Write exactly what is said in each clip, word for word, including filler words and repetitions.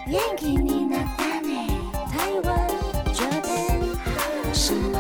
元気になったね台湾这边什么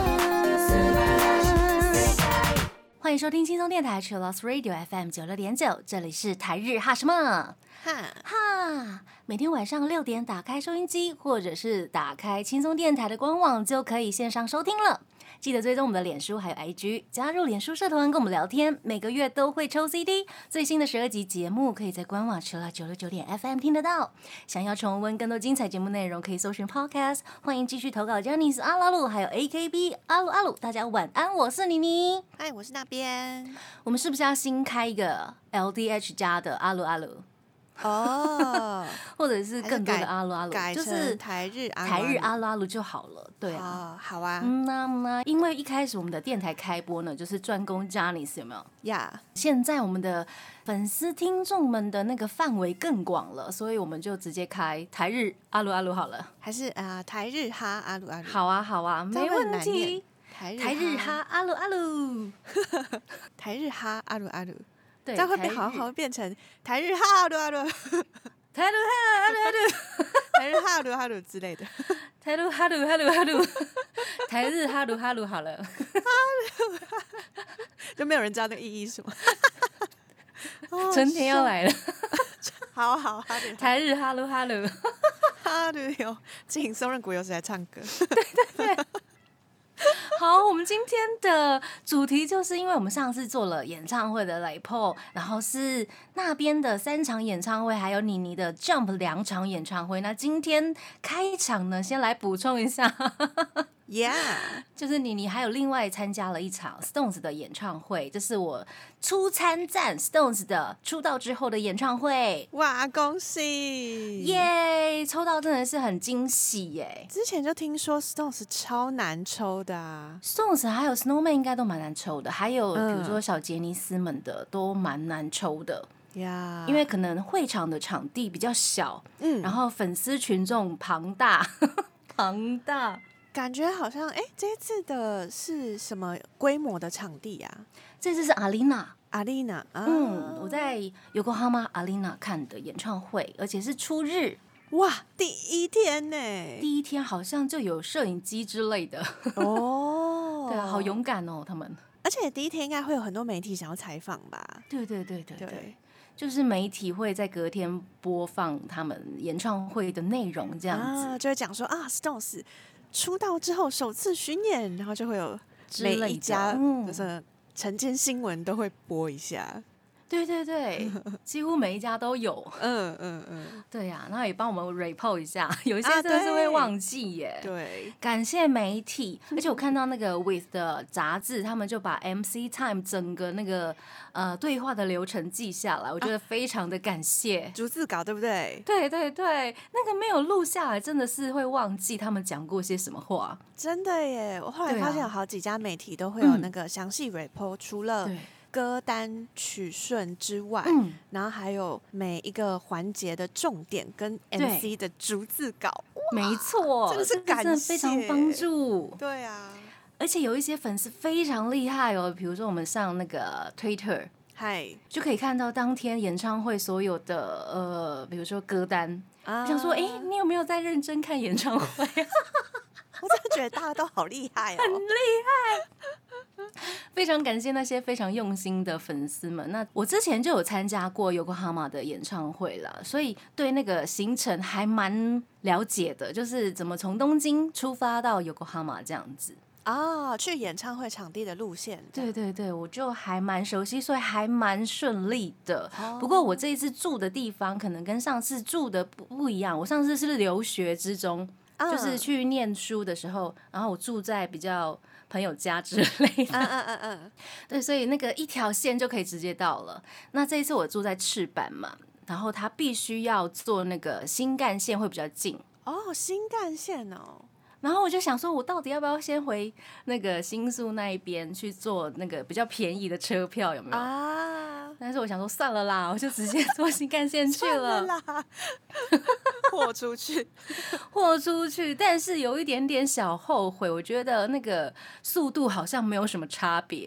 欢迎收听轻松电台 Chillus Radio F M 九六点九，这里是台日哈什么哈哈，每天晚上六点打开收音机，或者是打开轻松电台的官网，就可以线上收听了。记得追踪我们的脸书还有 I G， 加入脸书社团跟我们聊天，每个月都会抽 C D。最新的十二集节目可以在官网除了九六九点 F M 听得到。想要重温更多精彩节目内容，可以搜寻 Podcast。欢迎继续投稿 Janice 阿鲁阿鲁还有 A K B 阿鲁阿鲁，大家晚安，我是妮妮。 嗨，我是那边。 我们是不是要新开一个 L D H 加的阿鲁阿鲁？ 哦， 或者是更多的阿鲁阿鲁， 改就是成台日阿鲁台日阿鲁阿鲁就好了。对啊， 哦、好啊。 嗯呐嗯呐，因为一开始我们的电台开播呢，就是专攻 Janice 有没有？ 呀、yeah. 现在我们的粉丝听众们的那个范围更广了，所以我们就直接开台日阿鲁阿鲁好了。 还是啊、呃、台日哈阿鲁阿鲁？ 好啊好啊，没问题。 台日台日哈阿鲁阿鲁， 台日哈阿鲁阿鲁。 对， 这样会变好像会变成台日哈阿鲁阿鲁， 台日哈阿鲁阿鲁， 台日哈阿鲁阿鲁之类的。 台日哈鲁哈鲁哈鲁，台日哈鲁哈鲁好了。哈鲁，就没有人知道那个意义是什么。 春天要来了， 好好哈鲁， 台日哈鲁哈鲁， 哈鲁有请松任谷由实来唱歌。 对对对。好，我们今天的主题就是因为我们上次做了演唱会的 report， 然后是那边的三场演唱会，还有妮妮的 Jump 两场演唱会。那今天开场呢，先来补充一下。 Yeah， 就是妮妮还有另外参加了一场 Stones 的演唱会，这是我初参战 Stones 的出道之后的演唱会。 哇，恭喜！ 耶、yeah, 抽到真的是很惊喜耶！ 之前就听说 Stones 超难抽的啊 ，Stones 还有 Snowman 应该都蛮难抽的，还有比如说小杰尼斯们的、嗯、都蛮难抽的。 呀、yeah ， 因为可能会场的场地比较小，嗯，然后粉丝群众庞大，庞大。 感觉好像哎，这次的是什么规模的场地啊？ 这次是 Arena Arena， 啊、 嗯，我在 Yokohama Arena 看的演唱会，而且是初日。 哇，第一天呢？ 第一天好像就有摄影机之类的哦。对啊，好勇敢哦，他们。 而且第一天应该会有很多媒体想要采访吧？ 对对对对 对, 对， 就是媒体会在隔天播放他们演唱会的内容，这样子、 啊、就会讲说啊 ，Stones 出道之后首次巡演，然后就会有每一家就是晨间新闻都会播一下。 对对对，几乎每一家都有。 嗯嗯嗯， 对呀、啊，然后也帮我们 report 一下，有一些真的是会忘记耶。 啊、对， 感谢媒体，而且我看到那个 With 的杂志，他们就把 M C Time 整个那个呃对话的流程记下来，我觉得非常的感谢。 啊、逐字稿对不对？ 对对对，那个没有录下来，真的是会忘记他们讲过些什么话。 真的耶，我后来发现有好几家媒体都会有那个详细 report，、嗯、除了歌单曲顺之外、嗯，然后还有每一个环节的重点跟 M C 的逐字稿， 没错， 真的是感谢， 真的非常帮助。 对啊， 而且有一些粉丝非常厉害哦，比如说我们上那个 Twitter， 嗨， 就可以看到当天演唱会所有的呃，比如说歌单，啊、我想说，哎、欸，你有没有在认真看演唱会？ 我真的觉得大家都好厉害哦， 很厉害。非常感谢那些非常用心的粉丝们。那我之前就有参加过 Yokohama 的演唱会啦，所以对那个行程还蛮了解的，就是怎么从东京出发到 Yokohama 这样子啊、哦，去演唱会场地的路线。 对对对，我就还蛮熟悉，所以还蛮顺利的、哦。不过我这一次住的地方可能跟上次住的不不一样，我上次是留学之中。就是去念书的时候，然后我住在比较朋友家之类的， 嗯嗯嗯嗯， 对，所以那个一条线就可以直接到了。那这一次我住在赤坂嘛，然后他必须要坐那个新干线会比较近哦，新干线哦。 然后我就想说，我到底要不要先回那个新宿那一边去坐那个比较便宜的车票，有没有啊？但是我想说，算了啦，我就直接坐新干线去了。 算了啦，豁出去， 豁出去。但是有一点点小后悔，我觉得那个速度好像没有什么差别。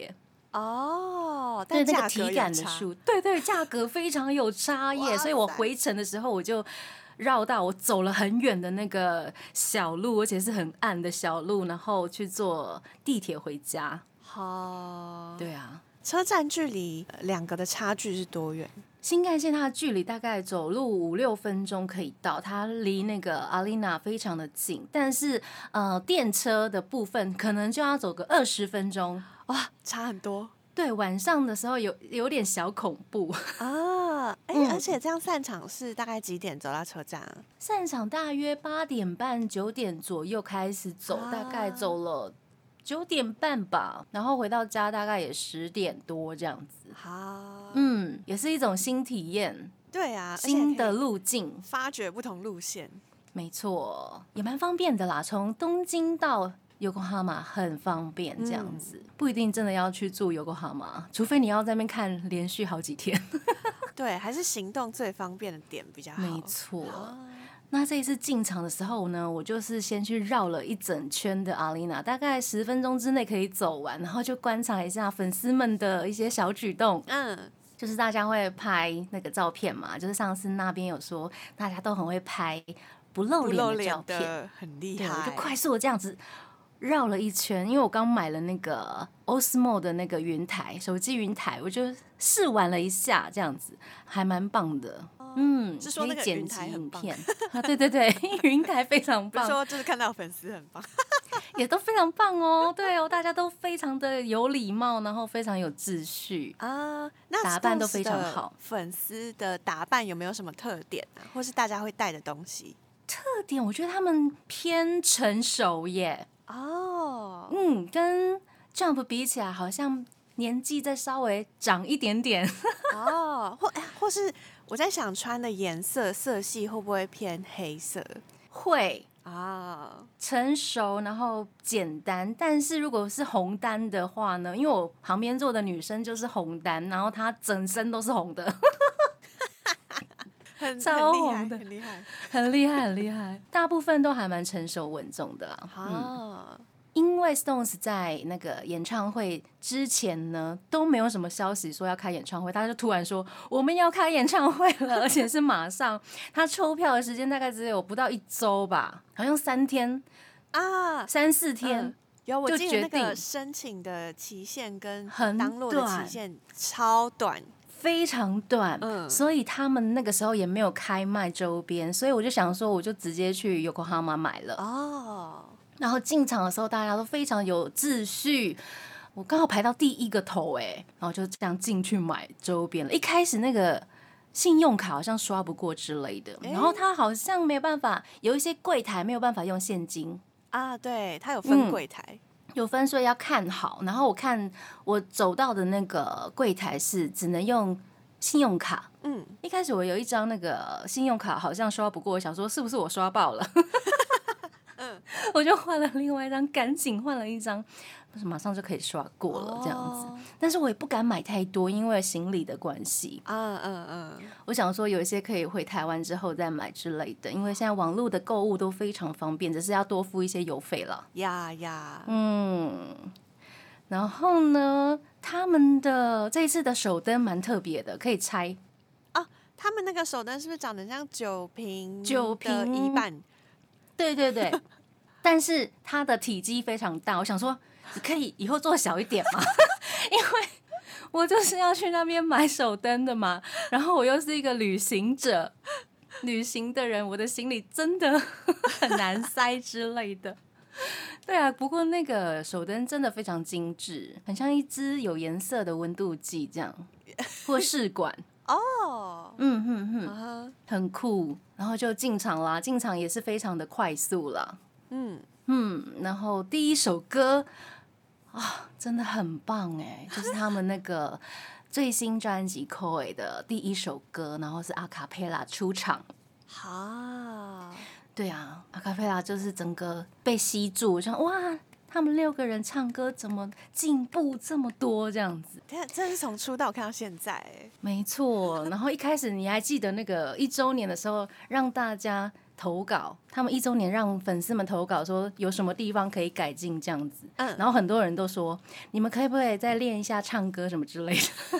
哦， 对， 但那个体感的数，对对，价格非常有差耶。所以我回程的时候，我就绕到我走了很远的那个小路，而且是很暗的小路，然后去坐地铁回家。 好， 对啊。 车站距离两个的差距是多远？ 新干线它的距离大概走路五六分钟可以到，它离那个阿丽娜非常的近。但是呃，电车的部分可能就要走个二十分钟， 哇，差很多。 对，晚上的时候有有点小恐怖啊。哎、欸嗯，而且这样散场是大概几点走到车站啊？ 散场大约八点半九点左右开始走，啊、大概走了九点半吧，然后回到家大概也十点多这样子。 好， 嗯，也是一种新体验。 对啊， 新的路径， 发掘不同路线。 没错，也蛮方便的啦。从东京到Yokohama很方便，这样子、嗯、不一定真的要去住 Yokohama， 除非你要在那边看连续好几天。 对，还是行动最方便的点比较好。 没错。那这一次进场的时候呢，我就是先去绕了一整圈的阿丽娜，大概十分钟之内可以走完，然后就观察一下粉丝们的一些小举动。嗯，就是大家会拍那个照片嘛，就是上次那边有说大家都很会拍不露脸的照片， 很厉害。 我就快速的这样子绕了一圈，因为我刚买了那个 Osmo 的那个云台，手机云台，我就试玩了一下，这样子还蛮棒的。嗯， 是说那个云台很棒啊？对对对，云台非常棒。 不是说就是看到粉丝很棒， 也都非常棒哦。对哦，大家都非常的有礼貌，然后非常有秩序啊。那打扮都非常好。 粉丝的打扮有没有什么特点啊？或是大家会带的东西？ 特点，我觉得他们偏成熟耶。哦，嗯，跟 Jump 比起来，好像年纪再稍微长一点点。 哦，或或是。我在想穿的颜色色系会不会偏黑色？ 会啊，成熟然后简单。但是如果是红单的话呢？因为我旁边坐的女生就是红单，然后她整身都是红的， 很超红的， 很厉害， 很厉害，很厉害。大部分都还蛮成熟稳重的啦。啊。嗯，因为 Stones 在那个演唱会之前呢，都没有什么消息说要开演唱会，他就突然说我们要开演唱会了，而且是马上。他抽票的时间大概只有不到一周吧，好像三天啊，三四天。嗯、 有，我记得那个申请的期限跟当落的期限超短。 非常短、嗯，所以他们那个时候也没有开卖周边，所以我就想说，我就直接去 Yokohama 买了。哦，然后进场的时候，大家都非常有秩序，我刚好排到第一个头，哎，然后就这样进去买周边了。一开始那个信用卡好像刷不过之类的，然后他好像没有办法，有一些柜台没有办法用现金啊，对，他有分柜台。嗯， 有分，所以要看好。然后我看我走到的那个柜台是只能用信用卡。嗯，一开始我有一张那个信用卡好像刷不过，我想说是不是我刷爆了？嗯，我就换了另外一张，赶紧换了一张，马上就可以刷过了这样子。哦，但是我也不敢买太多，因为行李的关系。嗯嗯嗯，我想说有一些可以回台湾之后再买之类的，因为现在网络的购物都非常方便，只是要多付一些邮费了。 呀呀， 嗯，然后呢，他们的这一次的手灯蛮特别的，可以拆。 哦，他们那个手灯是不是长得像酒瓶酒瓶一半？ 对对对，但是它的体积非常大，我想说你可以以后做小一点嘛，因为我就是要去那边买手灯的嘛，然后我又是一个旅行者，旅行的人，我的行李真的很难塞之类的。对啊，不过那个手灯真的非常精致，很像一支有颜色的温度计这样，或试管。哦，嗯哼哼， uh-huh. 很酷。然后就进场啦，进场也是非常的快速啦。嗯嗯，然后第一首歌啊，真的很棒哎，就是他们那个最新专辑《Koi》的第一首歌，然后是阿卡贝拉出场。啊，对啊，阿卡贝拉就是整个被吸住，我想哇，他们六个人唱歌怎么进步这么多这样子？ 这是从出道看到现在哎， 没错。然后一开始你还记得那个一周年的时候，让大家投稿，他们一周年让粉丝们投稿说有什么地方可以改进这样子，嗯，然后很多人都说你们可以不可以再练一下唱歌什么之类的。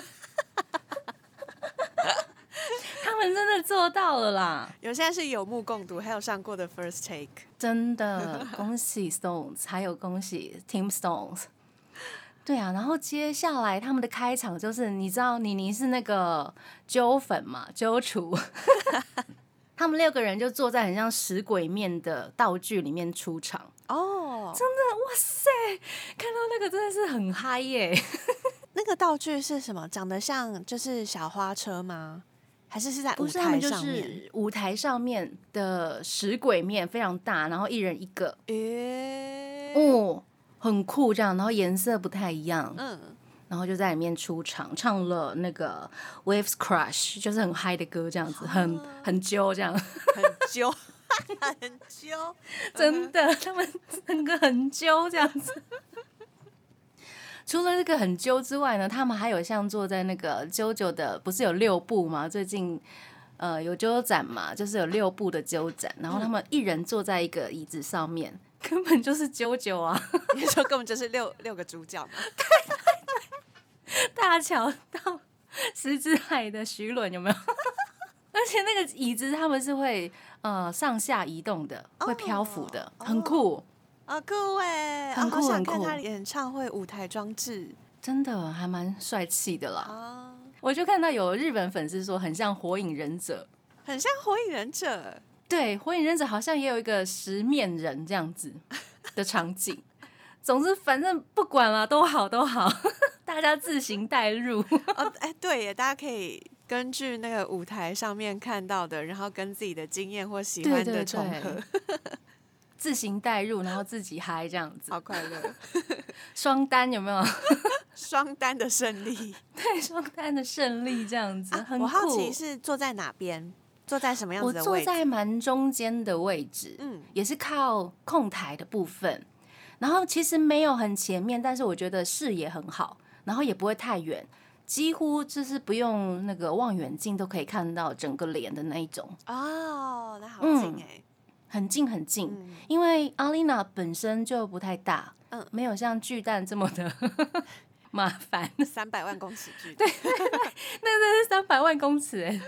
他们真的做到了啦！ 有现在是有目共睹，还有上过的 First Take， 真的恭喜 Stones， 还有恭喜 Team Stones。对啊，然后接下来他们的开场就是，你知道妮妮是那个揪粉嘛，揪厨，他们六个人就坐在很像食鬼面的道具里面出场。哦，真的哇塞，看到那个真的是很嗨耶！ 那个道具是什么？长得像就是小花车吗？还是是在舞台上面？不是，他们就是舞台上面的食鬼面非常大，然后一人一个。诶、欸，哦，很酷这样，然后颜色不太一样。嗯，然后就在里面出场，唱了那个 Waves Crash， 就是很嗨的歌这样子，很很揪这样， 很揪，很揪， 真的，他们整个很揪这样子。除了这个很揪之外呢，他们还有像坐在那个啾啾的，不是有六部吗？最近呃有啾啾展嘛，就是有六部的啾展，然后他们一人坐在一个椅子上面，根本就是啾啾啊！ 你说根本就是六六个主角嘛？ 对对对，大乔到石之海的徐伦有没有？而且那个椅子他们是会呃上下移动的，会漂浮的，哦、很酷。 啊酷哎， 很酷， 好想看他演唱会舞台装置， 真的还蛮帅气的啦。啊、我就看到有日本粉丝说很像火影忍者， 很像火影忍者。 对，火影忍者好像也有一个十面人这样子的场景。总之，反正不管了，都好都好，大家自行带入。 哦，哎，对耶，大家可以根据那个舞台上面看到的，然后跟自己的经验或喜欢的重合。对对对自行带入，然后自己嗨这样子， 好快乐。 双单有没有？ 双单的胜利， 对，双单的胜利这样子，啊、很酷。 我好奇是坐在哪边，坐在什么样子的位置？ 我坐在蛮中间的位置，嗯，也是靠控台的部分。然后其实没有很前面，但是我觉得视野很好，然后也不会太远，几乎就是不用那个望远镜都可以看到整个脸的那一种。 哦，那好近哎、欸。嗯很近很近，嗯、因为阿丽娜本身就不太大，嗯，没有像巨蛋这么的麻烦。 三百万公尺巨蛋，对对对，那真是三百万公尺哎，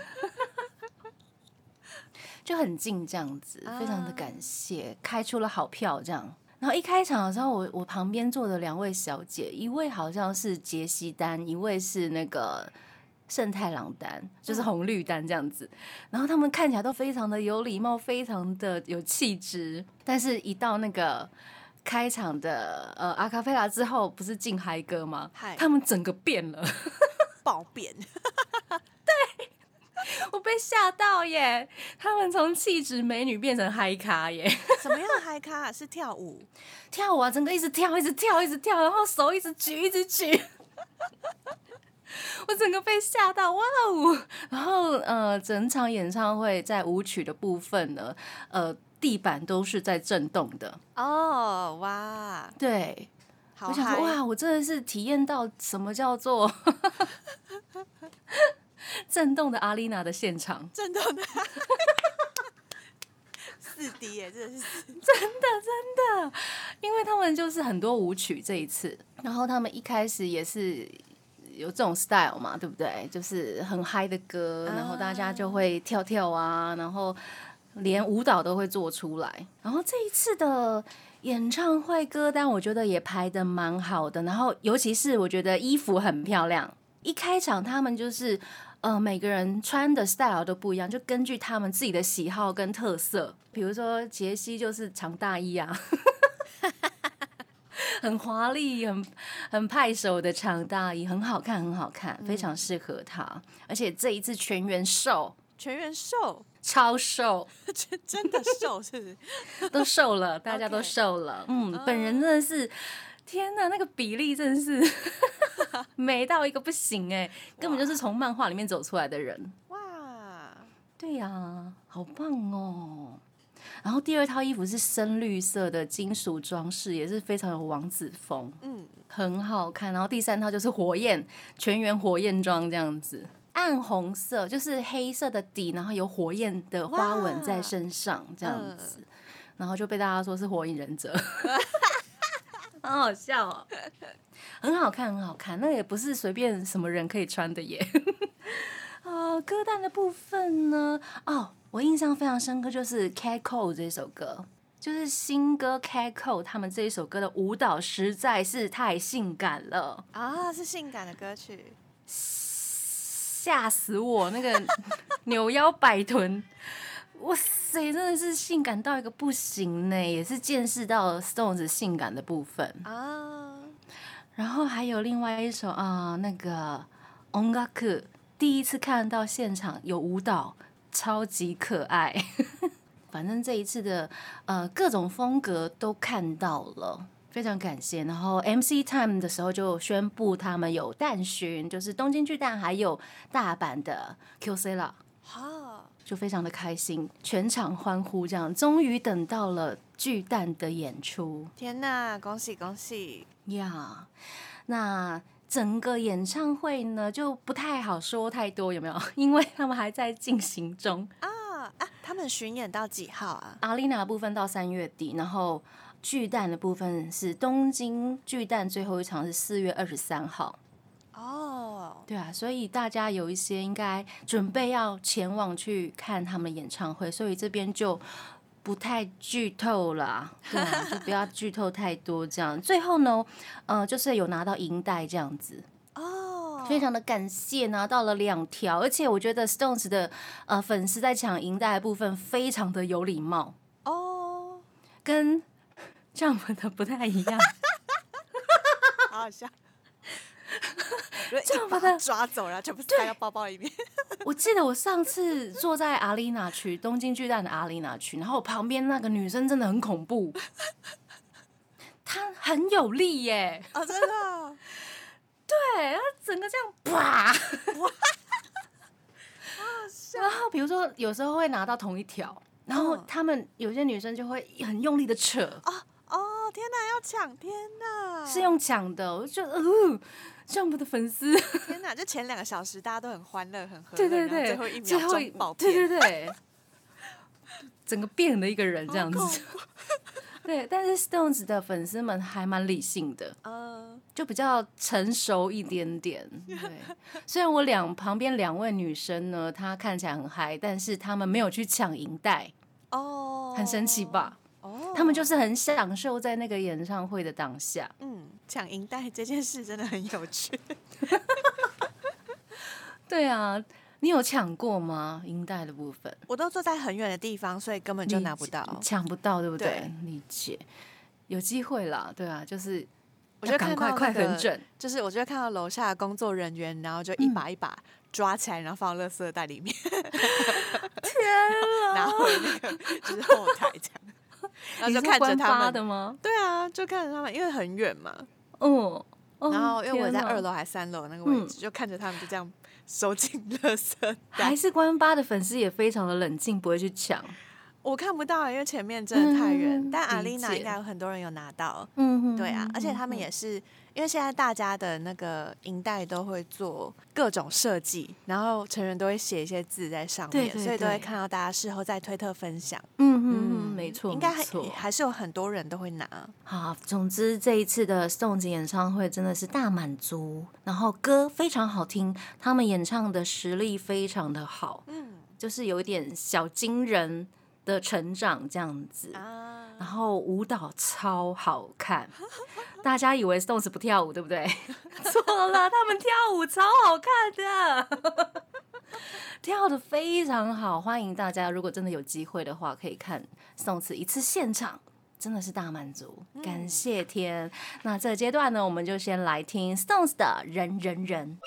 就很近这样子，非常的感谢，开出了好票这样。然后一开场的时候，我我旁边坐的两位小姐，一位好像是杰西丹，一位是那个。圣太郎丹就是红绿丹这样子，然后他们看起来都非常的有礼貌，非常的有气质。但是，一到那个开场的呃阿卡贝拉之后，不是进嗨歌吗？他们整个变了， 爆变。 对，我被吓到耶！他们从气质美女变成嗨咖耶！ 什么样的嗨咖啊？是跳舞？ 跳舞啊，整个一直跳，一直跳，一直跳，然后手一直举，一直举。我整个被吓到，哇哦！然后呃，整场演唱会在舞曲的部分呢，呃，地板都是在震动的。 哦，哇！ 对，我想说，哇，我真的是体验到什么叫做震动的阿丽娜的现场， 震动的四 D 耶，真的是真的真的，因为他们就是很多舞曲这一次，然后他们一开始也是。有这种 style 嘛，对不对？就是很嗨的歌，然后大家就会跳跳啊，然后连舞蹈都会做出来。然后这一次的演唱会歌单，我觉得也排得蛮好的。然后尤其是我觉得衣服很漂亮。一开场他们就是呃每个人穿的 style 都不一样，就根据他们自己的喜好跟特色。比如说杰西就是长大衣啊。很华丽、很很派手的长大衣，很好看，很好看，非常适合他。而且这一次全员瘦， 全员瘦， 超瘦， 真的瘦，是不是？ 都瘦了，大家都瘦了。Okay. 嗯，本人真的是，天哪，那个比例真的是美到一个不行哎，根本就是从漫画里面走出来的人。哇，对呀、啊，好棒哦。然后第二套衣服是深绿色的金属装饰，也是非常有王子风，嗯，很好看。然后第三套就是火焰，全员火焰装这样子。 暗红色，就是黑色的底，然后有火焰的花纹在身上这样子，呃、然后就被大家说是火影忍者，好好笑哦，很好看，很好看，那也不是随便什么人可以穿的耶。哦，歌单的部分呢？哦，我印象非常深刻，就是《Cat Call》这首歌，就是新歌《Cat Call》，他们这一首歌的舞蹈实在是太性感了啊！是性感的歌曲。 吓死我！那个扭腰摆臀，哇塞，真的是性感到一个不行呢，也是见识到 Stones 性感的部分啊。然后还有另外一首啊，那个音楽，第一次看到现场有舞蹈，超级可爱。反正这一次的呃各种风格都看到了。非常感谢，然后 M C Time 的时候就宣布他们有蛋巡，就是东京巨蛋还有大阪的 Kyocera， 就非常的开心，全场欢呼，这样终于等到了巨蛋的演出。 天哪，恭喜恭喜呀！ Yeah, 那整个演唱会呢就不太好说太多，有没有？因为他们还在进行中啊啊！他们巡演到几号啊？ 阿丽娜的部分到三月底，然后巨蛋的部分是东京巨蛋最后一场是四月二十三号。哦，对啊，所以大家有一些应该准备要前往去看他们的演唱会，所以这边就不太剧透啦，对啊，就不要剧透太多这样。最后呢，呃，就是有拿到银带这样子。哦，非常的感谢，拿到了两条，而且我觉得 Stones 的呃粉丝在抢银带的部分非常的有礼貌哦，跟Jump 的不太一样， 好好笑。Jump 的抓走，然后全部塞到包包里面。 我记得我上次坐在阿丽娜区，东京巨蛋的阿丽娜区，然后旁边那个女生真的很恐怖，她很有力耶！ 哦，真的， 对，她整个这样啪，然后比如说有时候会拿到同一条，然后他们有些女生就会很用力的扯。 哦哦，天哪，要抢！天哪， 是用抢的，我就呃，Jump 的粉丝， 天哪！就前两个小时大家都很欢乐，很和乐， 对对对， 最后一秒钟爆片，对对对，整个变了一个人这样子。对，但是 Stones 的粉丝们还蛮理性的，嗯，就比较成熟一点点。对，虽然我两旁边两位女生呢，她看起来很嗨，但是她们没有去抢银带，哦，很神奇吧？哦，他们就是很享受在那个演唱会的当下。 嗯，抢银带这件事真的很有趣。 对啊。你有抢过吗？银带的部分， 我都坐在很远的地方，所以根本就拿不到， 抢不到，对不对？对，理解，有机会啦，对啊，就是我就赶快快很准， 就是我就会看到楼下的工作人员，然后就一把一把抓起来，然后放到垃圾袋里面， 天啊， 拿回那个就是后台这样，然后就看着他们的吗？ 对啊，就看着他们，因为很远嘛，嗯，然后因为我在二楼还是三楼那个位置，嗯、就看着他们就这样。收进垃圾袋， 还是关八的粉丝也非常的冷静，不会去抢。 我看不到，因为前面真的太远。嗯、但阿丽娜应该有很多人有拿到，嗯，对啊，而且他们也是，因为现在大家的那个银带都会做各种设计，然后成员都会写一些字在上面，对对对，所以都会看到大家事后在推特分享。 嗯嗯嗯，没错， 应该还还是有很多人都会拿。 好，总之这一次的 Stones 演唱会真的是大满足，然后歌非常好听，他们演唱的实力非常的好，嗯，就是有一点小惊人的成长这样子，啊、然后舞蹈超好看，大家以为 Stones 不跳舞对不对？错了，他们跳舞超好看的，跳得非常好，欢迎大家如果真的有机会的话，可以看 Stones 一次现场，真的是大满足，感谢天。嗯、那这个阶段呢，我们就先来听 Stones 的《人人人》。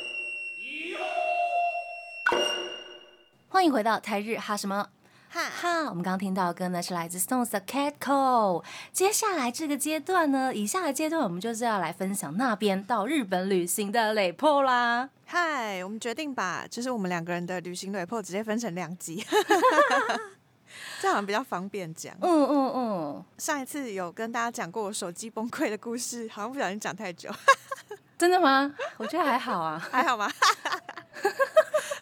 欢迎回到台日哈什么。哈哈，我们刚刚听到的歌呢是来自 Stones 的 Cat Call。接下来这个阶段呢，以下的阶段我们就是要来分享那边到日本旅行的累破啦。 嗨，我们决定把就是我们两个人的旅行累破直接分成两集，这样比较方便讲。嗯嗯嗯。上一次有跟大家讲过我手机崩溃的故事，好像不小心讲太久。 真的吗？我觉得还好啊， 还好吗？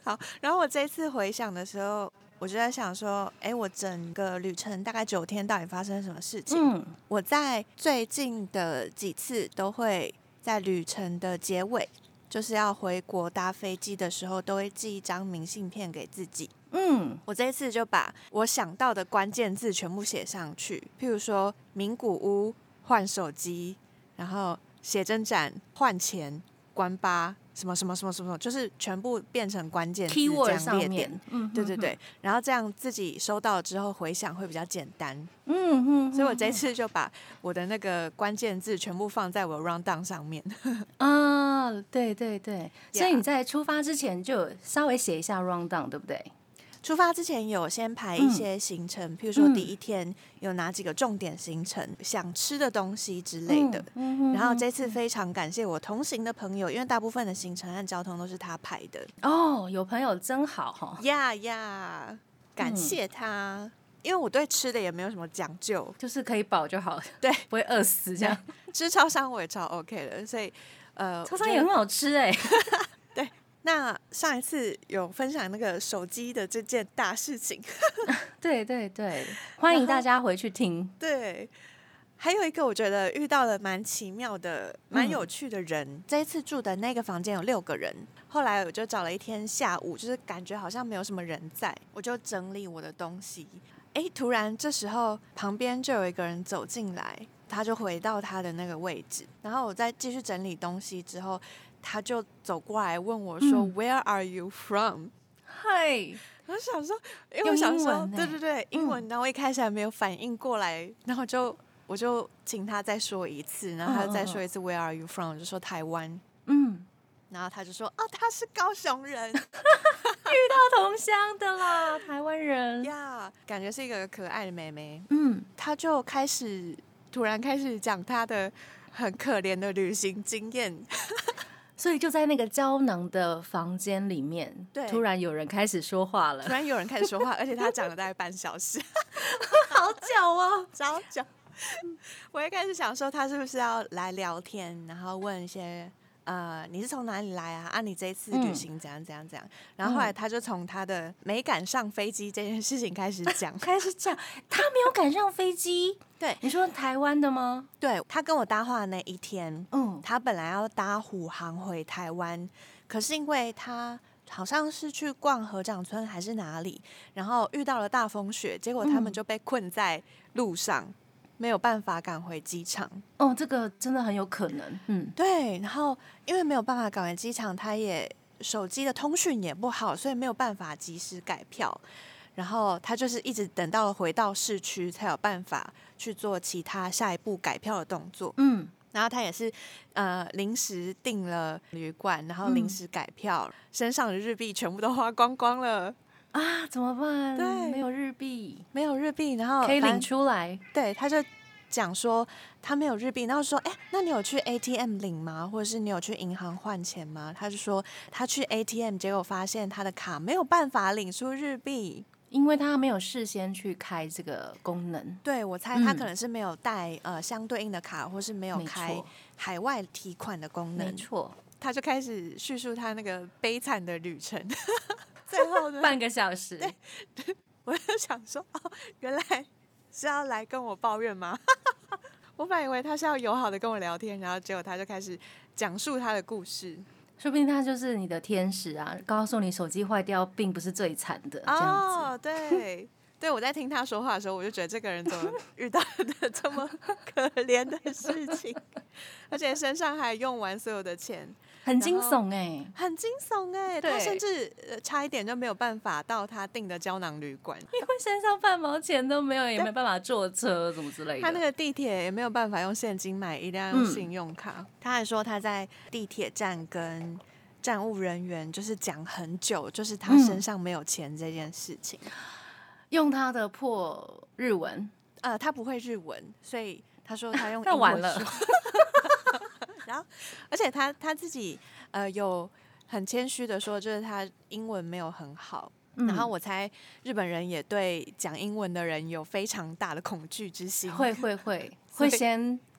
好，然后我这次回想的时候，我就在想说，哎，我整个旅程大概九天，到底发生什么事情？嗯，我在最近的几次都会在旅程的结尾，就是要回国搭飞机的时候，都会寄一张明信片给自己。嗯，我这一次就把我想到的关键字全部写上去，譬如说名古屋换手机，然后写真展换钱关八。什么什么什么什么，就是全部变成关键字这样列点，嗯，对对对，然后这样自己收到之后回想会比较简单，嗯嗯，所以我这次就把我的那个关键字全部放在我的 rundown 上面。 啊，对对对，所以你在出发之前就稍微写一下 rundown， 对不对？ 出发之前有先排一些行程，嗯、譬如说第一天有哪几个重点行程，嗯、想吃的东西之类的。嗯、然后这次非常感谢我同行的朋友，因为大部分的行程和交通都是他排的。 哦，有朋友真好哈！ 呀呀，感谢他，嗯、因为我对吃的也没有什么讲究， 就是可以饱就好， 对， 不会饿死这样。 吃超商我也超 OK 的，所以呃， 超商也很好吃哎、欸。 对。那上一次有分享那个手机的这件大事情， 对对对，欢迎大家回去听。 对，还有一个我觉得遇到了蛮奇妙的、蛮有趣的人。嗯、这一次住的那个房间有六个人，后来我就找了一天下午，就是感觉好像没有什么人在，我就整理我的东西。哎，突然这时候旁边就有一个人走进来，他就回到他的那个位置，然后我再继续整理东西之后。他就走过来问我说、嗯、Where are you from？ 嗨， 我想说，因为我想说，对对对，英文。然后我一开始还没有反应过来，然后就我就请他再说一次，然后他就再说一次、嗯、Where are you from？ 我就说台湾。嗯，然后他就说，哦，他是高雄人，遇到同乡的啦，台湾人呀， yeah, 感觉是一个可爱的妹妹。嗯，他就开始突然开始讲他的很可怜的旅行经验。 所以就在那个胶囊的房间里面，对，突然有人开始说话了。 突然有人开始说话，而且他讲了大概半小时， 好久哦， 超久。我一开始想说他是不是要来聊天，然后问一些呃你是从哪里来啊？啊，你这一次旅行怎样怎样怎样？然后后来他就从他的没赶上飞机这件事情开始讲， 开始讲他没有赶上飞机。 对， 你说台湾的吗？ 对，他跟我搭话的那一天，嗯，他本来要搭虎航回台湾，可是因为他好像是去逛合掌村还是哪里，然后遇到了大风雪，结果他们就被困在路上，嗯、没有办法赶回机场。 哦，这个真的很有可能，嗯， 对。然后因为没有办法赶回机场，他也手机的通讯也不好，所以没有办法及时改票。然后他就是一直等到了回到市区才有办法去做其他下一步改票的动作。嗯，然后他也是呃临时订了旅馆，然后临时改票，嗯、身上的日币全部都花光光了啊！怎么办？ 对， 没有日币， 没有日币，然后可以领出来。 对，他就讲说他没有日币，然后说，哎，那你有去 A T M 领吗？或者是你有去银行换钱吗？他就说他去 A T M， 结果发现他的卡没有办法领出日币。 因为他没有事先去开这个功能， 对，我猜他可能是没有带、嗯、呃相对应的卡，或是没有开海外提款的功能。 没错， 他就开始叙述他那个悲惨的旅程。最后呢， 半个小时， 对，我就想说，哦，原来是要来跟我抱怨吗？我本来以为他是要友好的跟我聊天，然后结果他就开始讲述他的故事。 说不定他就是你的天使啊，告诉你手机坏掉并不是最惨的这样子。 哦，对对，我在听他说话的时候，我就觉得这个人怎么遇到的这么可怜的事情，而且身上还用完所有的钱， 很惊悚哎、欸， 很惊悚哎、欸，他甚至、呃、差一点就没有办法到他订的胶囊旅馆， 因为身上半毛钱都没有，也没办法坐车什么之类的。 他那个地铁也没有办法用现金买，一定要用信用卡。嗯、他还说他在地铁站跟站务人员就是讲很久，就是他身上没有钱这件事情。嗯， 用他的破日文， 呃，他不会日文，所以他说他用英文说。 那完了。 然后，而且他他自己呃有很谦虚的说，就是他英文没有很好。嗯、然后我猜日本人也对讲英文的人有非常大的恐惧之心。 会会会会先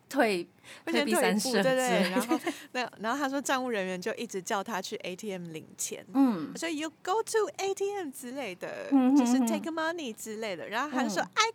退退避三舍， 对对对。然后那然后他说站务人员就一直叫他去 A T M 领钱，嗯，所以 you go to A T M 之类的，嗯、就是 take money 之类的。然后他就说、嗯、I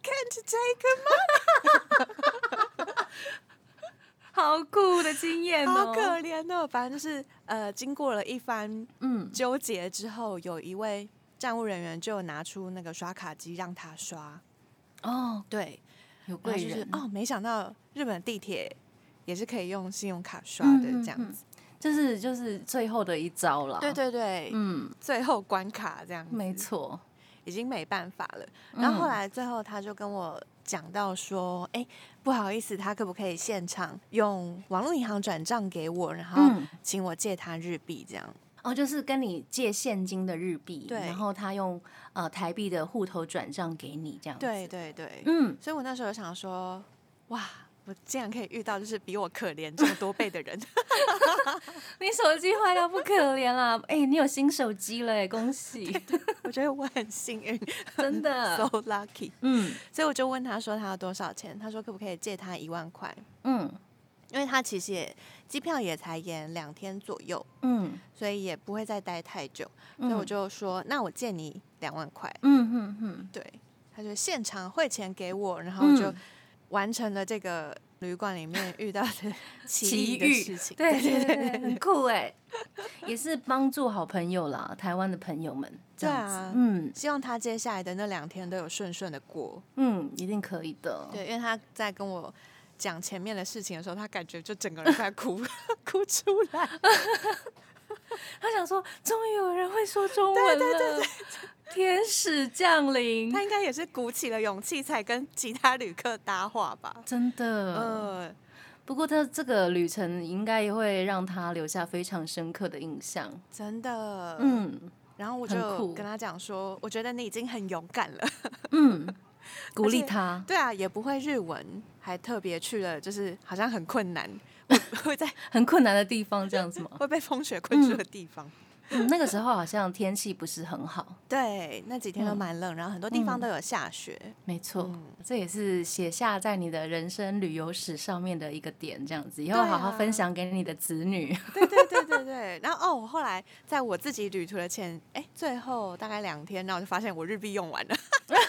can't take money 。 好酷的经验哦， 好可怜哦。反正就是呃，经过了一番纠结之后，嗯、有一位站务人员就拿出那个刷卡机让他刷。哦，对， 有贵人、 就是、哦，没想到日本地铁也是可以用信用卡刷的，这样子。嗯嗯嗯， 这是就是最后的一招了。 对对对，嗯，最后关卡这样子。 没错， 已经没办法了。然后后来最后他就跟我讲到说，哎、嗯，不好意思，他可不可以现场用网络银行转账给我，然后请我借他日币这样。 哦，就是跟你借现金的日币，然后他用呃台币的户头转账给你这样子。 对对对，嗯，所以我那时候想说，哇，我竟然可以遇到就是比我可怜这么多倍的人。 你手机坏到不可怜啦，哎、欸，你有新手机了哎，恭喜！ 我觉得我很幸运， 真的 ，so lucky。嗯，所以我就问他说他要多少钱，他说可不可以借他一万块？嗯。因为他其实也机票也才延两天左右，嗯，所以也不会再待太久，嗯、所以我就说，那我借你两万块，嗯嗯嗯，对，他就现场汇钱给我，然后就完成了这个旅馆里面遇到的奇遇的事情， 对对对对，很酷哎，也是帮助好朋友啦，台湾的朋友们，这样子，对啊， 嗯，希望他接下来的那两天都有顺顺的过， 嗯，一定可以的， 对，因为他在跟我讲前面的事情的时候，他感觉就整个人快哭哭出来。 他想说，终于有人会说中文了，对对对对，天使降临。 他应该也是鼓起了勇气才跟其他旅客搭话吧？ 真的。呃，不过他这个旅程应该也会让他留下非常深刻的印象。 真的，嗯。然后我就跟他讲说，我觉得你已经很勇敢了。嗯。 鼓励他， 对啊，也不会日文，还特别去了，就是好像很困难，会在很困难的地方这样子吗？ 会被风雪困住的地方。 嗯，那个时候好像天气不是很好， 对，那几天都蛮冷，嗯、然后很多地方都有下雪。嗯、 没错、嗯，这也是写下在你的人生旅游史上面的一个点，这样子以后好好分享给你的子女。 对对对对对。然后哦，我后来在我自己旅途的前，哎，最后大概两天，然后我就发现我日币用完了。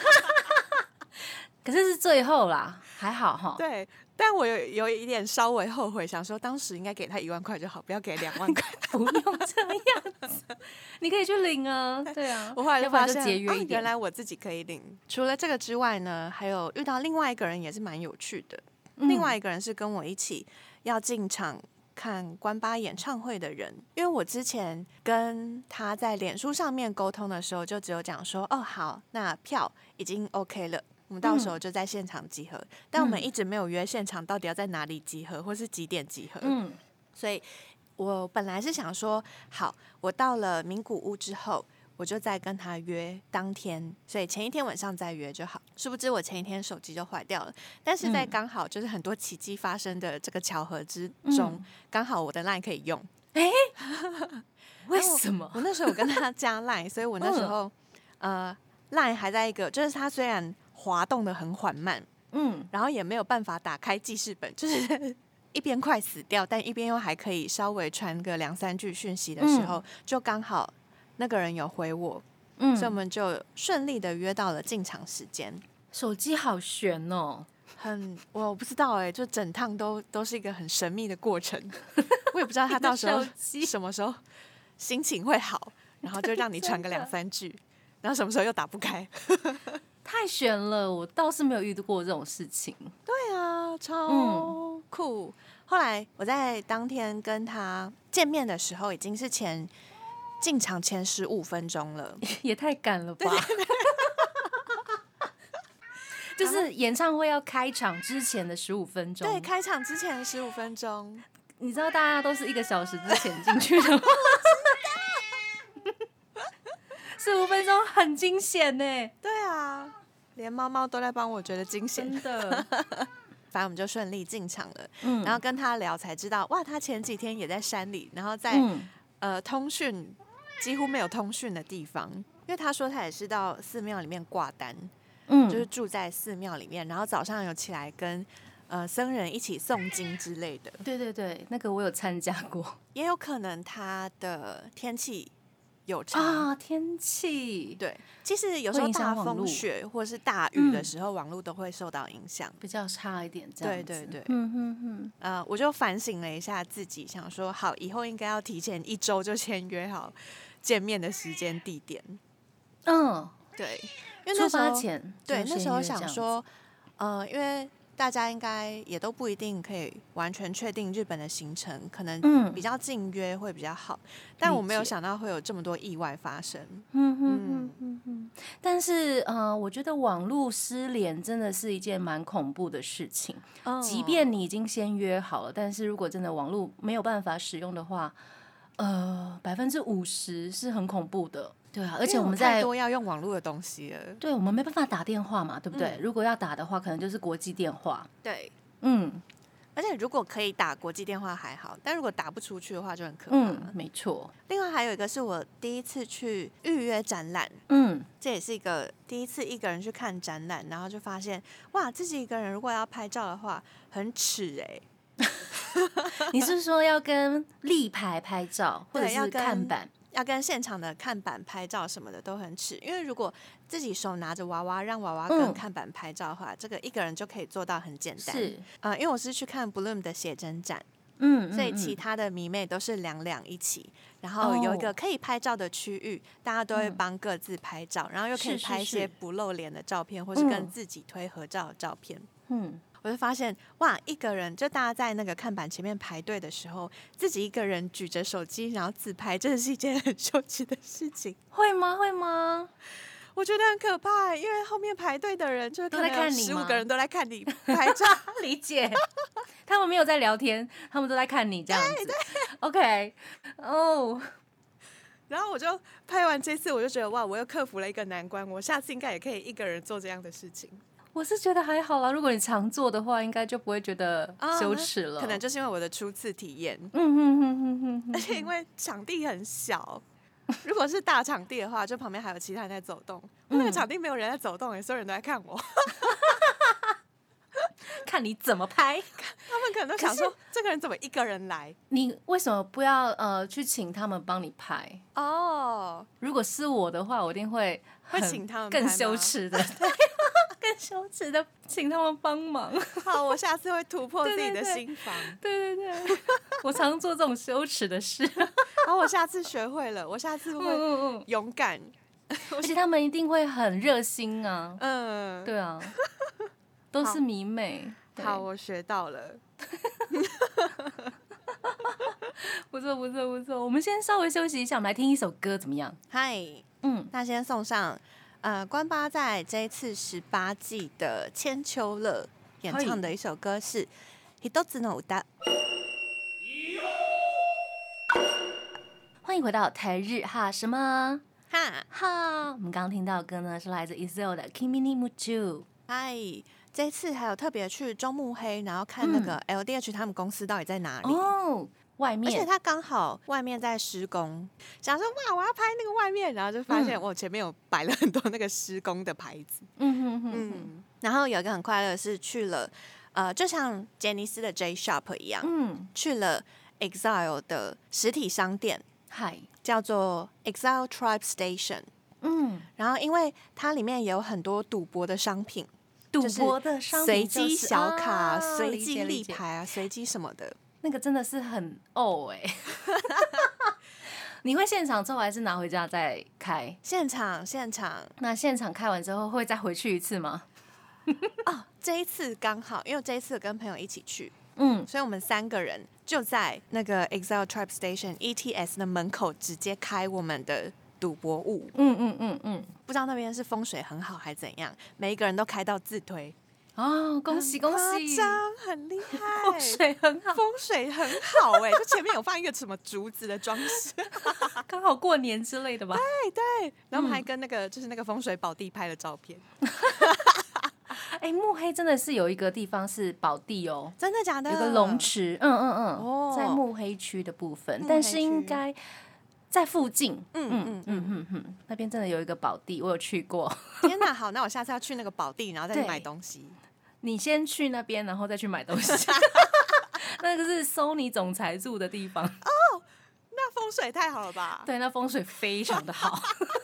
可是是最后啦，还好哈。 对，但我有有一点稍微后悔，想说当时应该给他一万块就好，不要给两万块。 不用这样子，你可以去领啊。对啊， 我后来就发现， 节约一点、 哦，原来我自己可以领。除了这个之外呢，还有遇到另外一个人也是蛮有趣的。嗯、另外一个人是跟我一起要进场看关八演唱会的人，因为我之前跟他在脸书上面沟通的时候，就只有讲说，哦，好，那票已经 OK 了。我们到时候就在现场集合、嗯、但我们一直没有约现场到底要在哪里集合或是几点集合、嗯、所以我本来是想说好，我到了名古屋之后我就再跟他约当天，所以前一天晚上再约就好。殊不知我前一天手机就坏掉了，但是在刚好就是很多奇迹发生的这个巧合之中，刚、嗯、好我的 LINE 可以用。 哎、为什么？ 我, 我那时候我跟他加 LINE 所以我那时候、嗯、呃 LINE 还在一个，就是他虽然滑动的很缓慢，嗯，然后也没有办法打开记事本，就是一边快死掉，但一边又还可以稍微传个两三句讯息的时候，嗯、就刚好那个人有回我，嗯，所以我们就顺利的约到了进场时间。 手机好悬哦， 很我不知道哎、欸，就整趟都都是一个很神秘的过程，我也不知道他到时候什么时候心情会好，然后就让你传个两三句，然后什么时候又打不开。 太悬了，我倒是没有遇到过这种事情。 对啊，超酷、嗯、后来我在当天跟他见面的时候已经是前进场前十五分钟了， 也太赶了吧。就是演唱会要开场之前的十五分钟。 对，开场之前的十五分钟。 你知道大家都是一个小时之前进去的吗？十五分钟很惊险呢。 对啊，连猫猫都在帮我觉得惊险。 真的。 反正我们就顺利进场了、嗯、然后跟他聊才知道，哇，他前几天也在山里，然后在、嗯、呃通讯几乎没有通讯的地方，因为他说他也是到寺庙里面挂单，嗯，就是住在寺庙里面，然后早上有起来跟呃僧人一起诵经之类的。 对对对，那个我有参加过。 也有可能它的天气有差啊，天气对，其实有时候大风雪或是大雨的时候，网络都会受到影响， 比较差一点。这样子， 对对对， 嗯哼哼。 呃，我就反省了一下自己，想说好，以后应该要提前一周就先约好见面的时间地点。嗯，对，因为那时候出发前， 对那时候想说，呃，因为大家应该也都不一定可以完全确定日本的行程，可能比较近约会比较好。嗯、但我没有想到会有这么多意外发生。 嗯哼哼哼哼。但是呃，我觉得网络失联真的是一件蛮恐怖的事情。哦、即便你已经先约好了，但是如果真的网络没有办法使用的话，呃，百分之五十是很恐怖的。对啊，而且我们在太多要用网络的东西了。 对，我们没办法打电话嘛，对不对？嗯、如果要打的话，可能就是国际电话。 对，嗯，而且如果可以打国际电话还好，但如果打不出去的话就很可怕。 嗯，没错。 另外还有一个是我第一次去预约展览，嗯，这也是一个第一次一个人去看展览，然后就发现哇，自己一个人如果要拍照的话很耻哎、欸。 你是说要跟立牌拍照，或者是看板？ 要跟现场的看板拍照什么的都很耻，因为如果自己手拿着娃娃让娃娃跟看板拍照的话，嗯、这个一个人就可以做到很简单。是，呃，因为我是去看 Bloom 的写真展，嗯，所以其他的迷妹都是两两一起，然后有一个可以拍照的区域，哦、大家都会帮各自拍照，然后又可以拍一些不露脸的照片，是是是或是跟自己推合照的照片。嗯。我就发现哇，一个人就大家在那个看板前面排队的时候，自己一个人举着手机然后自拍，真的是一件很羞耻的事情。 会吗？会吗？ 我觉得很可怕，因为后面排队的人就都在看你， 十五个人都在看你拍照。 理解，他们没有在聊天，他们都在看你这样子。 对对 OK， 哦、oh 。 然后我就拍完这次，我就觉得哇，我又克服了一个难关，我下次应该也可以一个人做这样的事情。 我是觉得还好啦，如果你常做的话，应该就不会觉得羞耻了。 啊、可能就是因为我的初次体验， 嗯哼哼哼哼， 而且因为场地很小，如果是大场地的话，就旁边还有其他人在走动。嗯、那个场地没有人在走动，所有人都在看我， 看你怎么拍。 他们可能都想说，这个人怎么一个人来？ 你为什么不要呃去请他们帮你拍？哦，如果是我的话，我一定会会请他们拍更羞耻的。更羞耻的，请他们帮忙。 好，我下次会突破自己的心防。 对对 对, 对，我常做这种羞耻的事。 好，我下次学会了，我下次会勇敢。嗯嗯而且他们一定会很热心啊。嗯，对啊，都是迷妹。 好，好我学到了。 不错不错不错，我们先稍微休息一下，我们来听一首歌怎么样？ 嗨，嗯，那先送上。呃，关八在这一次十八季的千秋乐演唱的一首歌是《一つの歌》。 欢迎回到台日哈什么哈哈。我们刚刚听到的歌呢是来自 E X I L E 的《Kimi ni Muchu》。 嗨，这次还有特别去中目黑，然后看那个 L D H 他们公司到底在哪里。 哦，外面， 而且他刚好外面在施工，想说哇，我要拍那个外面，然后就发现我前面有摆了很多那个施工的牌子。嗯哼哼嗯，然后有一个很快乐的是去了，呃，就像杰尼斯的 J Shop 一样，嗯，去了 E X I L E 的实体商店，嗨，叫做 E X I L E Tribe Station。嗯，然后因为它里面也有很多赌博的商品， 赌博的商品、 就是、随机小卡、随、啊、机立牌啊、随机什么的。 那个真的是很哦哎、欸，你会现场做还是拿回家再开？ 现场现场。 那现场开完之后会再回去一次吗？ 哦，这一次刚好，因为这一次跟朋友一起去，嗯，所以我们三个人就在那个 E X I L E Tribe Station E T S 的门口直接开我们的赌博屋。嗯嗯嗯嗯，不知道那边是风水很好还是怎样，每一个人都开到自推。 哦，恭喜恭喜！ 夸张，很厉害， 风水很好， 风水很好哎、欸，就前面有放一个什么竹子的装饰， 刚好过年之类的吧？ 对对，然后我们还跟那个、嗯、就是那个风水宝地拍了照片。 哎、欸，目黑真的是有一个地方是宝地哦， 真的假的？ 有个龙池，嗯嗯嗯，哦、在目黑区的部分，但是应该在附近，嗯嗯嗯嗯嗯，那边真的有一个宝地，我有去过。 天哪，好，那我下次要去那个宝地，然后再去买东西。 你先去那边，然后再去买东西。那个是 Sony 总裁住的地方哦，那风水太好了吧？ 对，那风水非常的好。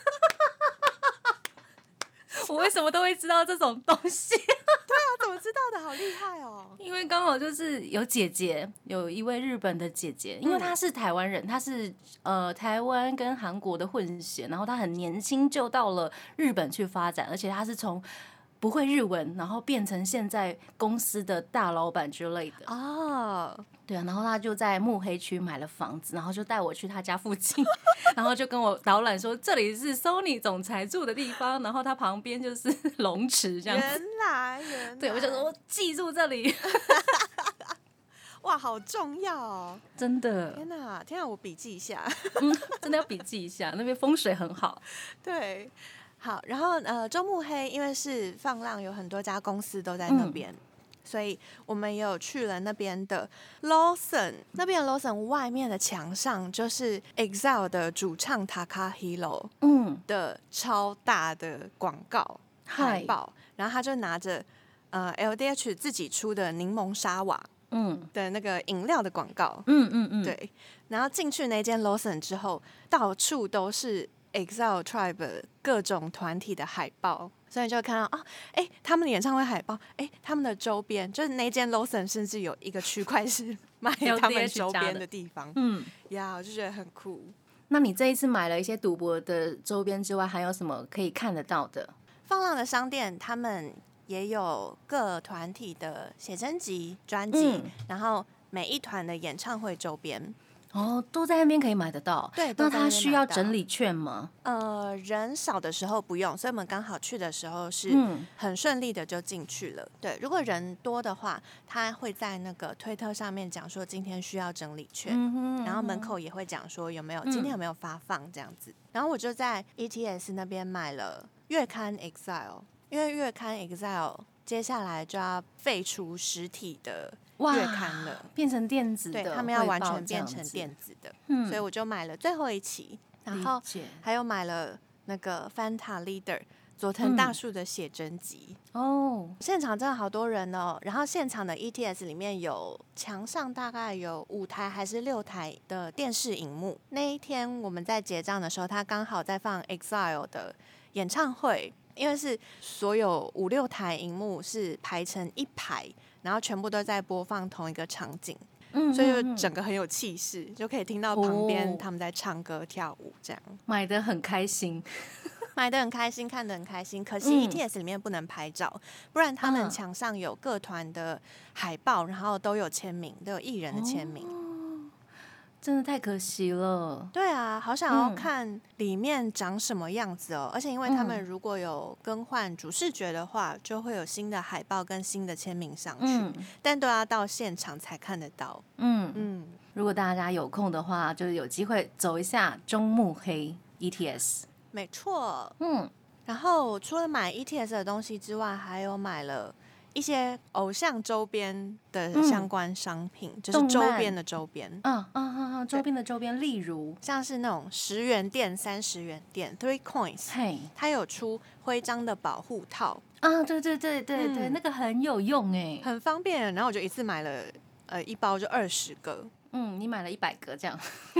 我为什么都会知道这种东西？对啊，怎么知道的？好厉害哦！ 因为刚好就是有姐姐，有一位日本的姐姐，因为她是台湾人，她是呃台湾跟韩国的混血，然后她很年轻就到了日本去发展，而且她是从不会日文，然后变成现在公司的大老板之类的哦。 对啊，然后他就在目黑区买了房子，然后就带我去他家附近，然后就跟我导览说这里是 Sony 总裁住的地方，然后他旁边就是龙池这样子。 原来，原来， 对，我就说我记住这里。 哇，好重要哦！ 真的， 天哪，天哪，我笔记一下。 嗯，真的要笔记一下，那边风水很好。 对，好，然后呃，中目黑因为是放浪，有很多家公司都在那边。嗯，所以我们也有去了那边的 Lawson， 那边的 Lawson 外面的墙上就是 EXILE 的主唱 Takahiro 的超大的广告海报，然后他就拿着呃 L D H 自己出的柠檬沙瓦的那个饮料的广告，嗯嗯嗯，对，然后进去那间 Lawson 之后，到处都是 EXILE Tribe 各种团体的海报。所以就看到啊，哎、欸，他们的演唱会海报，哎、欸，他们的周边，就是那间 Lawson 甚至有一个区块是卖他们周边的地方，嗯，呀，我就觉得很酷。 那你这一次买了一些赌博的周边之外，还有什么可以看得到的？ 放浪的商店，他们也有各团体的写真集、专辑、嗯，然后每一团的演唱会周边。 哦，都在那边可以买得到。 对， 那他需要整理券吗？ 呃，人少的时候不用，所以我们刚好去的时候是很顺利的就进去了。嗯、对，如果人多的话，他会在那个推特上面讲说今天需要整理券，嗯哼嗯哼，然后门口也会讲说有没有、嗯、今天有没有发放这样子。然后我就在 E T S 那边买了月刊 EXILE， 因为月刊 EXILE 接下来就要废除实体的月刊了， 变成电子的， 对，他们要完全变成电子的，嗯，所以我就买了最后一期，然后还有买了那个 Fanta Leader 佐藤大树的写真集、嗯、哦，现场真的好多人哦，然后现场的 E T S 里面有墙上大概有五台还是六台的电视荧幕，那一天我们在结账的时候，他刚好在放 EXILE 的演唱会，因为是所有五六台荧幕是排成一排，然后全部都在播放同一个场景，嗯，所以就整个很有气势，就可以听到旁边他们在唱歌跳舞，这样买得很开心， 买得很开心，看得很开心。可惜 E T S 里面不能拍照，嗯、不然他们墙上有各团的海报，然后都有签名，都有艺人的签名。哦， 真的太可惜了。 对啊，好想要看里面长什么样子哦、嗯！而且因为他们如果有更换主视觉的话，就会有新的海报跟新的签名上去，嗯、但都要到现场才看得到。嗯嗯，如果大家有空的话，就是有机会走一下中目黑 E T S。 没错，嗯。然后除了买 E T S 的东西之外，还有买了一些偶像周边的相关商品，嗯、就是周边的周边， 嗯嗯嗯嗯，周边的周边，例如像是那种十元店、三十元店 ，Three Coins， 嘿，它有出徽章的保护套啊，对对对对对，嗯、那个很有用哎， 很方便。然后我就一次买了呃一包就二十个， 嗯，你买了一百个这样。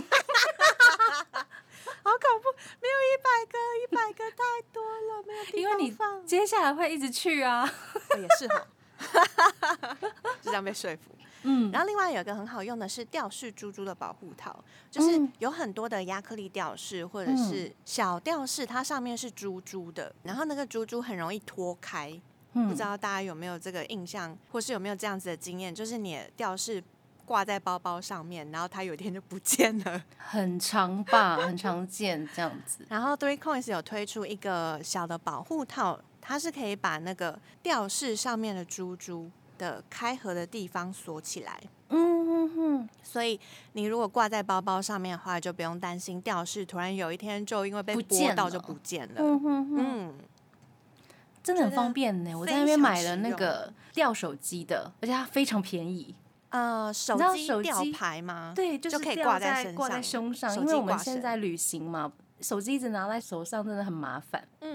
好恐怖！没有一百个，一百个太多了，没有地方放。 因为你接下来会一直去啊， 哦、也是哈，就这样被说服。嗯，然后另外有一个很好用的是吊饰珠珠的保护套，就是有很多的亚克力吊饰或者是小吊饰，它上面是珠珠的，然后那个珠珠很容易脱开。嗯、不知道大家有没有这个印象，或是有没有这样子的经验，就是你的吊饰挂在包包上面，然后它有一天就不见了， 很常吧，很常见这样子。 然后 Three Coins 有推出一个小的保护套，它是可以把那个吊饰上面的珠珠的开合的地方锁起来。嗯哼哼，所以你如果挂在包包上面的话，就不用担心吊饰突然有一天就因为被拨到就不见了。嗯哼哼，嗯， 真的很方便呢。我在那边买了那个吊手机的，而且它非常便宜。 呃，手机吊牌吗？ 对，就是就可以挂在身上， 挂在胸上，因为我们现在旅行嘛，手机一直拿在手上真的很麻烦。嗯，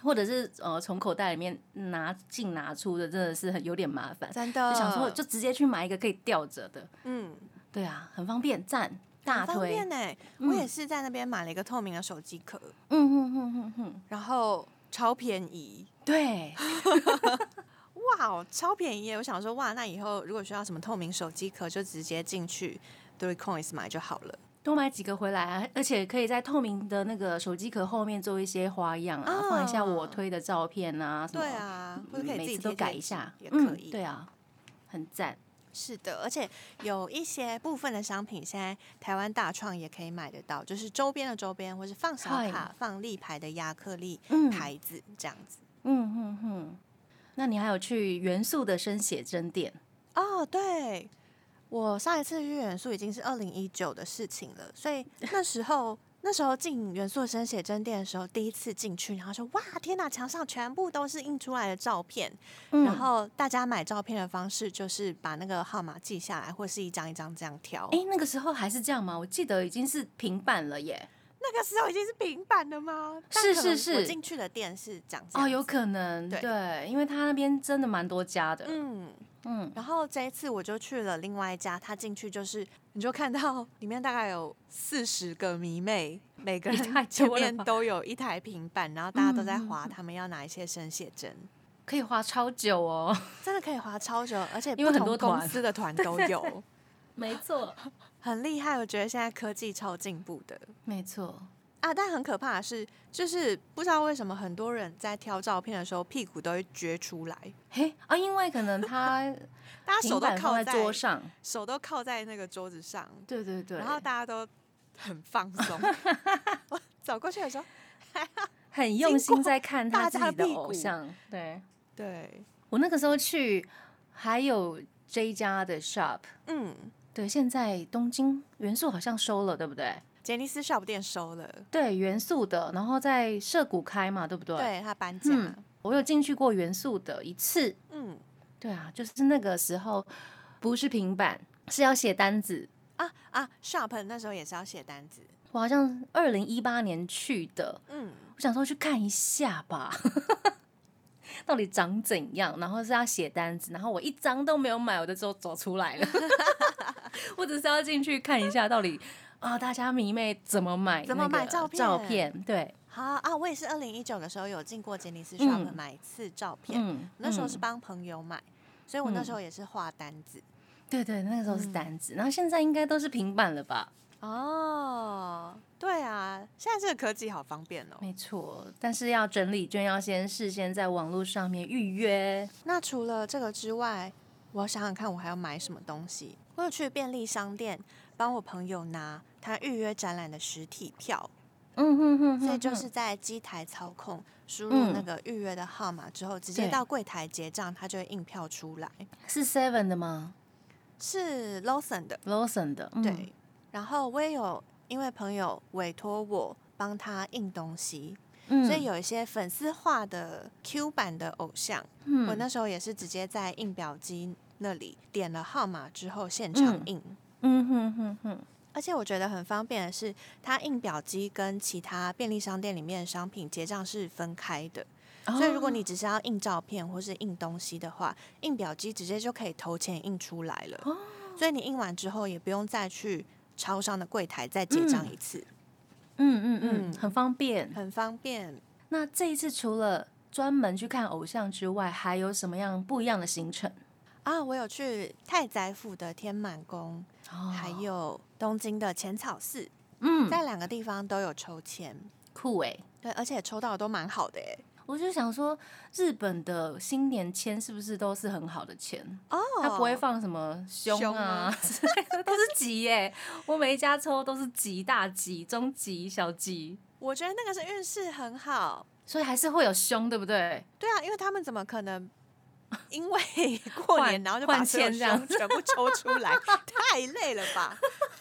或者是呃从口袋里面拿进拿出的，真的是很有点麻烦， 真的。 就想说就直接去买一个可以吊着的， 嗯， 对啊，很方便，赞，大推。 很方便呢、欸嗯，我也是在那边买了一个透明的手机壳， 嗯哼哼哼哼， 然后超便宜， 对。 哇，超便宜耶！我想说，哇，那以后如果需要什么透明手机壳，就直接进去 three coins 买就好了。 多买几个回来啊，而且可以在透明的那个手机壳后面做一些花样啊，啊放一下我推的照片啊，什么对啊，或者可以自己每次都改一下也可以、 嗯。对啊，很赞。 是的，而且有一些部分的商品，现在台湾大创也可以买得到，就是周边的周边，或是放小卡、放立牌的亚克力牌子、嗯、这样子。 嗯哼哼。那你还有去元素的生写真店？ 哦，对，我上一次去元素已经是二零一九的事情了，所以那时候那时候进元素生写真店的时候，第一次进去，然后说哇天哪，墙上全部都是印出来的照片、嗯，然后大家买照片的方式就是把那个号码记下来，或是一张一张这样挑。 哎，那个时候还是这样吗？我记得已经是平板了耶。 那个时候已经是平板了吗？ 是是是， 我进去的店是这样子哦， 有可能 对, 对，因为他那边真的蛮多家的。 嗯嗯，然后这一次我就去了另外一家，他进去就是你就看到里面大概有四十个迷妹，每个人前面都有一台平板，然后大家都在滑，他们要拿一些生写真，嗯、 可以滑超久哦， 真的可以滑超久，而且因为很多公司的团都有。 没错， 很厉害，我觉得现在科技超进步的。 没错啊，但很可怕的是，就是不知道为什么很多人在挑照片的时候屁股都会撅出来。 嘿啊，因为可能他大家手都靠在桌上， 手都靠在那个桌子上。 对对对， 然后大家都很放松。我走过去的时候， 很用心在看他自己的偶像。对对， 我那个时候去还有这家的 shop， 嗯。对，现在东京元素好像收了，对不对？ 杰尼斯 shop 店收了， 对，元素的，然后在涩谷开嘛，对不对？ 对，他搬家、嗯。 我有进去过元素的一次，嗯，对啊，就是那个时候不是平板，是要写单子啊啊 ！shop 那时候也是要写单子， 我好像二零一八年去的，嗯，我想说去看一下吧。到底长怎样？然后是要写单子，然后我一张都没有买，我就走走出来了。我只是要进去看一下，到底啊、哦，大家迷妹怎么买、那個、 怎么买照片？ 照片对， 好啊，我也是二零一九的时候有进过杰尼斯 shop、嗯、买一次照片，嗯，那时候是帮朋友买、嗯，所以我那时候也是画单子。 对对，那个时候是单子，嗯、然后现在应该都是平板了吧？ 哦，对啊，现在这个科技好方便哦。 没错，但是要整理券要先事先在网络上面预约。 那除了这个之外，我想想看我还要买什么东西。我有去便利商店帮我朋友拿他预约展览的实体票，嗯哼哼, 哼，所以就是在机台操控输入那个预约的号码之后、嗯，直接到柜台结账，他就会印票出来。 是 Seven 的吗？ 是 Lawson 的 Lawson 的、嗯，对。 然后我也有因为朋友委托我帮他印东西、嗯，所以有一些粉丝画的 Q 版的偶像、嗯，我那时候也是直接在印表机那里点了号码之后现场印，嗯哼哼哼。而且我觉得很方便的是，它印表机跟其他便利商店里面的商品结账是分开的。哦、所以如果你只是要印照片或是印东西的话，印表机直接就可以投钱印出来了、哦、所以你印完之后也不用再去超商的柜台再结账一次。 嗯嗯 嗯, 嗯，很方便很方便。 那这一次除了专门去看偶像之外，还有什么样不一样的行程啊？我有去太宰府的天满宫、哦、还有东京的浅草寺，嗯，在两个地方都有抽签。 酷耶、欸、 对，而且抽到的都蛮好的耶、欸。 我就想说，日本的新年签是不是都是很好的签？哦，它不会放什么凶啊，都是吉耶、欸。我每一家抽都是吉、大吉、中吉、小吉。 我觉得那个是运势很好， 所以还是会有凶，对不对？ 对啊，因为他们怎么可能因为过年然后就把所有凶全部抽出来？太累了吧！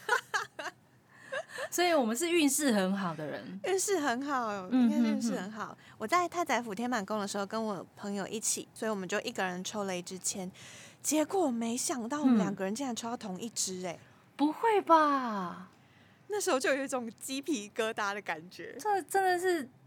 所以我们是运势很好的人， 运势很好，应该运势很好、嗯哼哼。我在太宰府天满宫的时候，跟我朋友一起，所以我们就一个人抽了一支签，结果没想到我们两个人竟然抽到同一支、欸，哎、嗯， 不会吧？ 那时候就有一种鸡皮疙瘩的感觉， 这真的是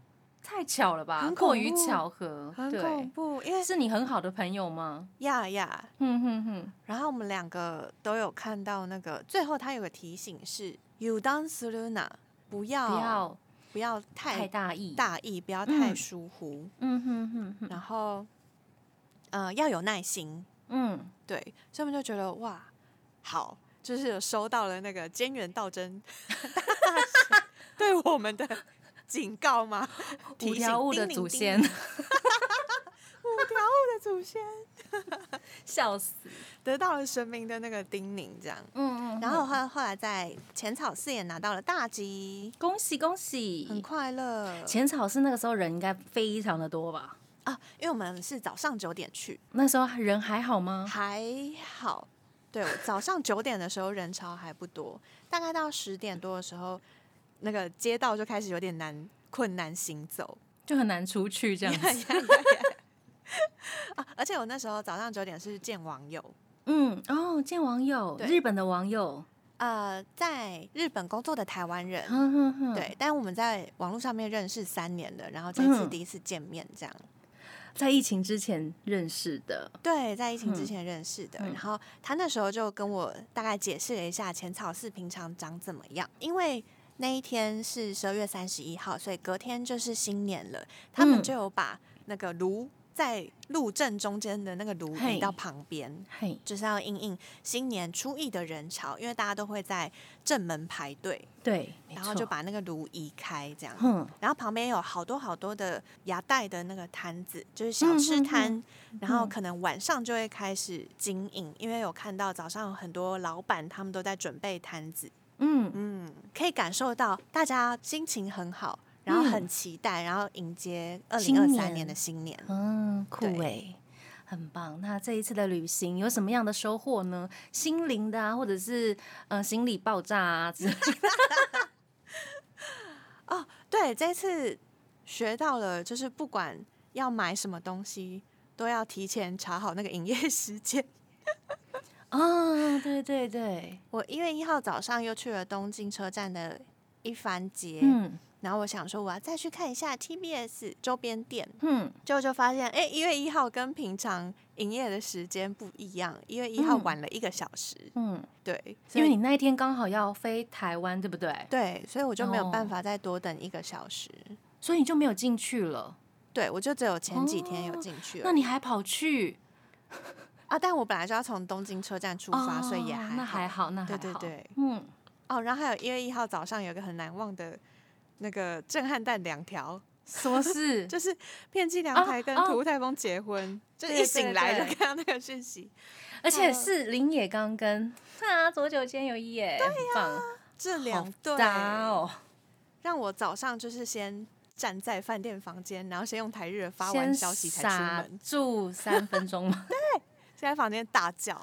太巧了吧，过于巧合， 很恐怖，因为是你很好的朋友吗？ 呀呀， 嗯哼哼。 然后我们两个都有看到那个，最后他有个提醒是 “you don't suna”， 不要不要不要太太大意， 大意不要太疏忽。 嗯哼哼哼。 然后，呃，要有耐心。 嗯， 对，所以我们就觉得哇，好，就是有收到了那个菅原道真对我们的警告吗？ 五条悟的祖先， 五条悟的祖先， 笑死， 得到了神明的那个叮咛，这样。嗯嗯。然后后后来在浅草寺也拿到了大吉， 恭喜恭喜， 很快乐。 浅草寺那个时候人应该非常的多吧？ 啊，因为我们是早上九点去， 那时候人还好吗？ 还好，对，早上九点的时候人潮还不多，大概到十点多的时候，那个街道就开始有点难困难行走， 就很难出去这样子。 yeah, yeah, yeah. 啊，而且我那时候早上九点是见网友， 嗯，哦，见网友，日本的网友， 呃，在日本工作的台湾人， 哼哼哼对，但我们在网络上面认识三年了，然后这次第一次见面，这样。 在疫情之前认识的， 对，在疫情之前认识的。嗯、然后他那时候就跟我大概解释了一下浅草寺平常长怎么样，因为那一天是十二月三十一号，所以隔天就是新年了，他们就有把那个炉在路正中间的那个炉移到旁边，就是要因应新年初一的人潮，因为大家都会在正门排队， 对， 然后就把那个炉移开这样，嗯，然后旁边有好多好多的牙带的那个摊子，就是小吃摊，嗯嗯嗯，然后可能晚上就会开始经营，因为有看到早上有很多老板他们都在准备摊子，嗯嗯，可以感受到大家心情很好。然后很期待，嗯、然后迎接二零二三年的新年。 嗯，酷哎，很棒。那这一次的旅行有什么样的收获呢？心灵的啊，或者是呃心理爆炸啊之类的。 哦，对，这次学到了，就是不管要买什么东西，都要提前查好那个营业时间。 哦，对对对， 我一月一号早上又去了东京车站的一番街。嗯。然后我想说，我要再去看一下 T B S 周边店，嗯，结果就发现，哎，一月一号跟平常营业的时间不一样，一月一号晚了一个小时，嗯，对， 因为你那一天刚好要飞台湾，对不对？ 对，所以我就没有办法再多等一个小时， 哦、所以你就没有进去了。 对，我就只有前几天有进去了。 哦、那你还跑去啊？但我本来就要从东京车站出发，哦、所以也还好， 那还好，那还好， 对对对，嗯，哦，然后还有一月一号早上有一个很难忘的。那个震撼弹两条， 什么事？ 就是片寄凉台跟涂泰丰结婚，哦、就一醒来就看到那个讯息， 而且是林野刚跟啊佐久间由一耶， 对呀、啊，这两对哦， 让我早上就是先站在饭店房间，然后先用台日发完消息才出门， 住三分钟嘛， 对，现在房间大叫。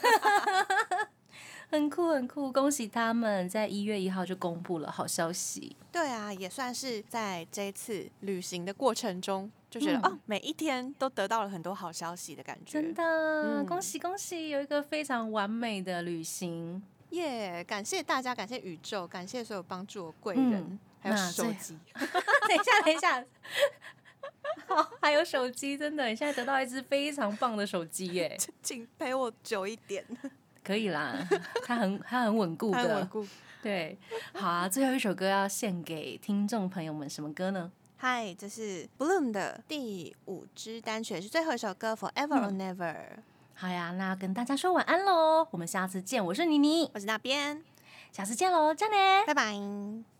很酷很酷，恭喜他们在一月一号就公布了好消息。 对啊，也算是在这一次旅行的过程中，就觉得、嗯、哦，每一天都得到了很多好消息的感觉。 真的，嗯、恭喜恭喜，有一个非常完美的旅行。 耶、yeah, 感谢大家，感谢宇宙，感谢所有帮助我贵人，嗯、还有手机。 等一下，等一下。好，还有手机，真的，你现在得到一支非常棒的手机耶！ 请陪我久一点。 可以啦，它很它很稳固的， 很稳固。 对，好啊，最后一首歌要献给听众朋友们，什么歌呢？ 嗨，这是 Bloom 的第五支单曲，是最后一首歌 Forever or Never。嗯、 好呀，那跟大家说晚安喽，我们下次见。我是妮妮， 我是那边， 下次见喽，再见， 拜拜。